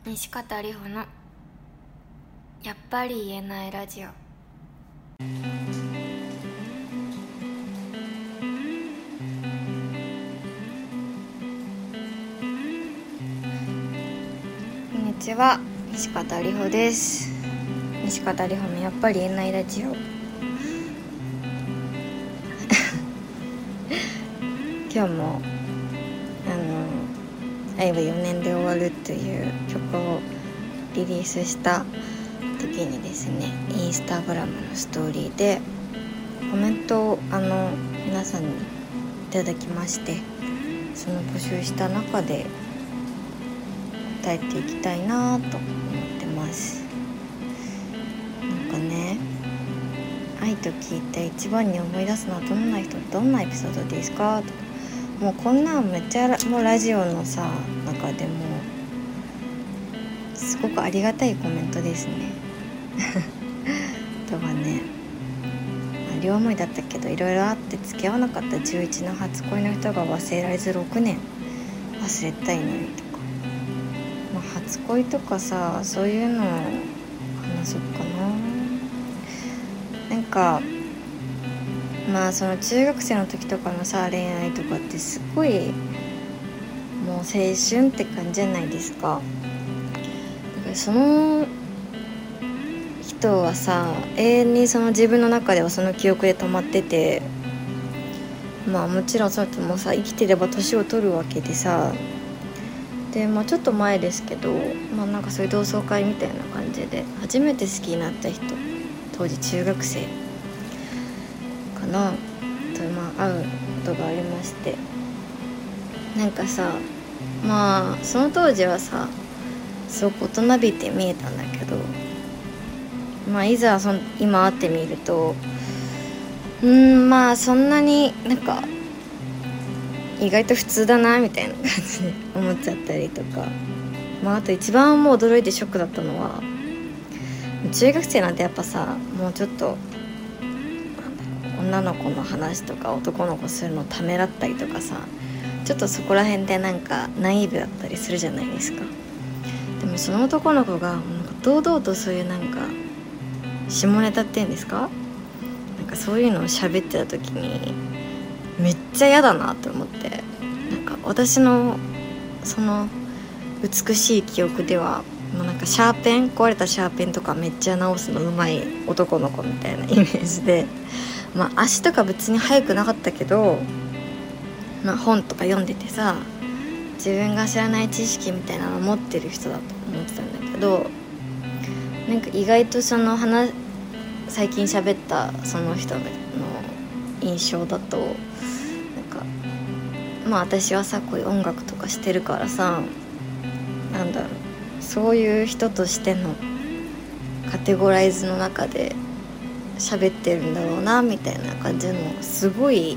西方里穂のやっぱり言えないラジオ。こんにちは、西方里穂です。西方里穂のやっぱり言えないラジオ今日も愛は4年で終わるという曲をリリースした時にですね、インスタグラムのストーリーでコメントを皆さんにいただきまして、その募集した中で答えていきたいなと思ってます。なんかね、愛と聞いて一番に思い出すのはどんな人、どんなエピソードですかとか、もうこんなんめっちゃもうラジオのさ中でもすごくありがたいコメントですねとかね、両思いだったけどいろいろあって付き合わなかった11の初恋の人が忘れられず6年忘れたいのにとか、初恋とかさ、そういうのを話そうかな。なんかその中学生の時とかのさ恋愛とかってすごいもう青春って感じじゃないですか。だからその人はさ永遠にその自分の中ではその記憶で止まってて、もちろんその人もさ生きてれば年を取るわけでさ、でちょっと前ですけど、なんかそういう同窓会みたいな感じで初めて好きになった人、当時中学生かなと会うことがありまして、なんかさその当時はさすごく大人びて見えたんだけど、いざ今会ってみるとそんなになんか意外と普通だなみたいな感じで思っちゃったりとか、あと一番もう驚いてショックだったのは、中学生なんてやっぱさもうちょっと女の子の話とか男の子するのためらったりとかさ、ちょっとそこら辺でなんかナイーブだったりするじゃないですか。でもその男の子が堂々とそういうなんか下ネタって言うんですか、なんかそういうのを喋ってた時にめっちゃ嫌だなと思って、なんか私のその美しい記憶ではもうなんか壊れたシャーペンとかめっちゃ直すのうまい男の子みたいなイメージで、足とか別に速くなかったけど、本とか読んでてさ自分が知らない知識みたいなのを持ってる人だと思ってたんだけど、なんか意外とその最近喋ったその人の印象だと、なんか私はさこういう音楽とかしてるからさ、なんだろう、そういう人としてのカテゴライズの中で喋ってるんだろうなみたいな感じのすごい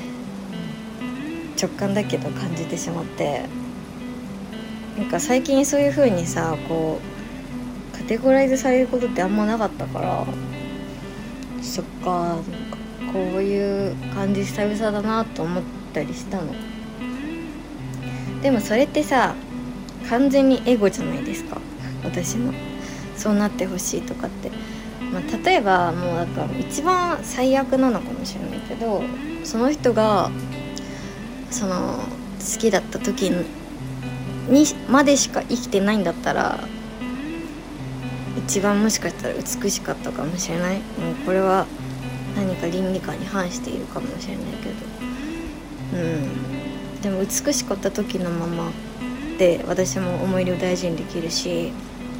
直感だけど感じてしまって、なんか最近そういう風にさこうカテゴライズされることってあんまなかったから、そっか、なんかこういう感じ久々だなと思ったりしたの。でもそれってさ完全にエゴじゃないですか、私のそうなってほしいとかって。例えばもうだから一番最悪なのかもしれないけど、その人がその好きだった時にまでしか生きてないんだったら一番もしかしたら美しかったかもしれない。もうこれは何か倫理観に反しているかもしれないけど、でも美しかった時のままで私も思い出を大事にできるし、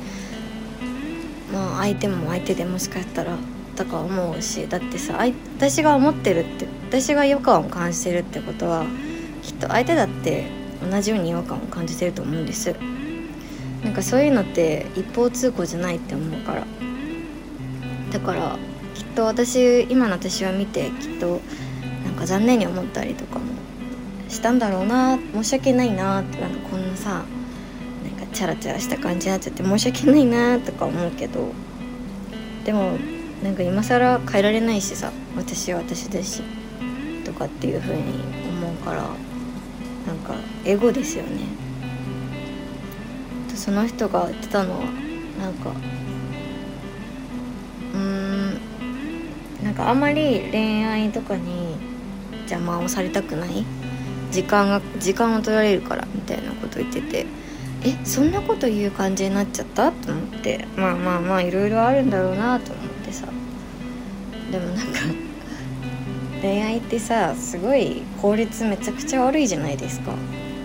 相手も相手でもしかしたらとか思うし、だってさ私が思ってるって、私が違和感を感じてるってことはきっと相手だって同じように違和感を感じてると思うんです。なんかそういうのって一方通行じゃないって思うから、だからきっと今の私を見てきっとなんか残念に思ったりとかもしたんだろうな、申し訳ないなって、なんかこんなさなんかチャラチャラした感じになっちゃって申し訳ないなとか思うけど、でもなんか今更変えられないしさ、私は私だしとかっていう風に思うから、なんかエゴですよね。 その人が言ってたのはなんかなんかあんまり恋愛とかに邪魔をされたくない、時間を取られるからみたいなこと言ってて、そんなこと言う感じになっちゃったと思って、まあいろいろあるんだろうなと思ってさ。でもなんか恋愛ってさ、すごい効率めちゃくちゃ悪いじゃないですか。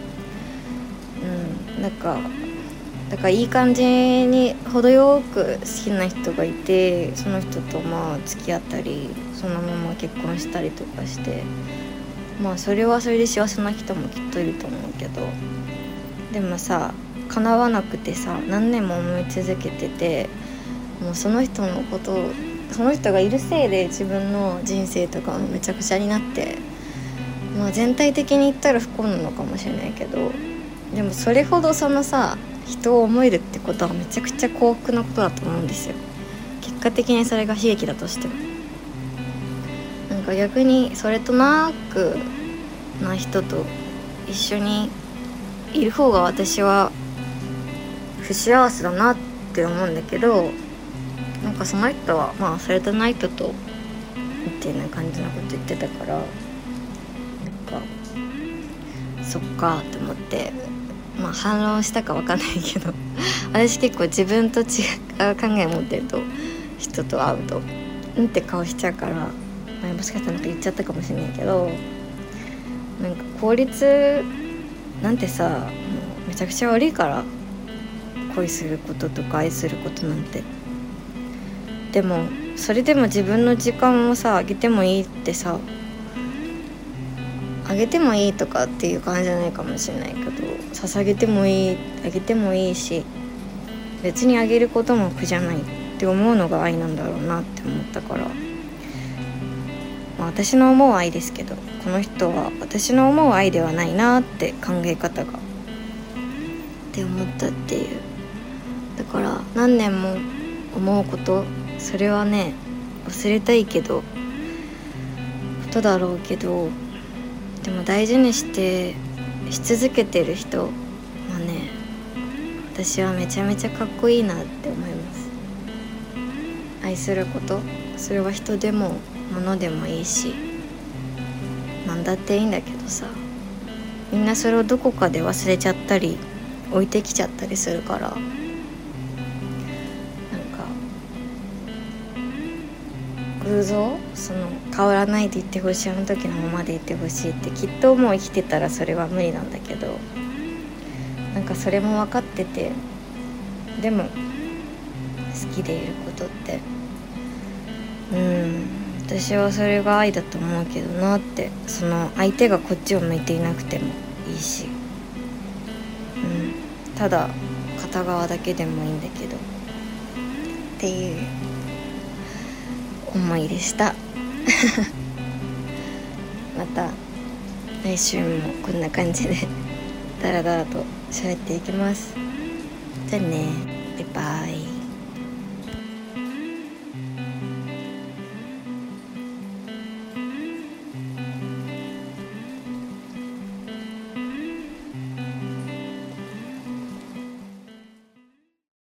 なんかだからいい感じに程よく好きな人がいて、その人と付き合ったりそのまま結婚したりとかして、それはそれで幸せな人もきっといると思うけど、でもさ叶わなくてさ、何年も思い続けてて、もうその人のことを、その人がいるせいで自分の人生とかもめちゃくちゃになって、全体的に言ったら不幸なのかもしれないけど、でもそれほどそのさ人を思えるってことはめちゃくちゃ幸福なことだと思うんですよ。結果的にそれが悲劇だとしても、なんか逆にそれとなくな人と一緒にいる方が私は不幸せだなって思うんだけど、なんかその人はそれとない人とみたいな感じのこと言ってたから、なんかそっかと思って、反論したか分かんないけど私結構自分と違う考え持ってると人と会うとって顔しちゃうから、もしかしたら言っちゃったかもしれないけど、なんか効率なんてさ、もうめちゃくちゃ悪いから、恋することとか愛することなんて。でもそれでも自分の時間をさあげてもいいってさ、あげてもいいとかっていう感じじゃないかもしれないけど、捧げてもいい、あげてもいいし、別にあげることも苦じゃないって思うのが愛なんだろうなって思ったから、私の思う愛ですけど、この人は私の思う愛ではないなって考え方がって思ったっていう。だから何年も思うこと、それはね忘れたいけどことだろうけど、でも大事にし続けてる人はね、私はめちゃめちゃかっこいいなって思います。愛すること、それは人でも物でもいいし、なんだっていいんだけどさ、みんなそれをどこかで忘れちゃったり置いてきちゃったりするから、なんか偶像、その変わらないでいってほしい、あの時のままでいてほしいってきっともう生きてたらそれは無理なんだけど、なんかそれも分かってて、でも好きでいることって私はそれが愛だと思うけどなって。その相手がこっちを向いていなくてもいいし、ただ片側だけでもいいんだけどっていう思いでしたまた来週もこんな感じでダラダラと喋っていきます。じゃあね、バイバイ。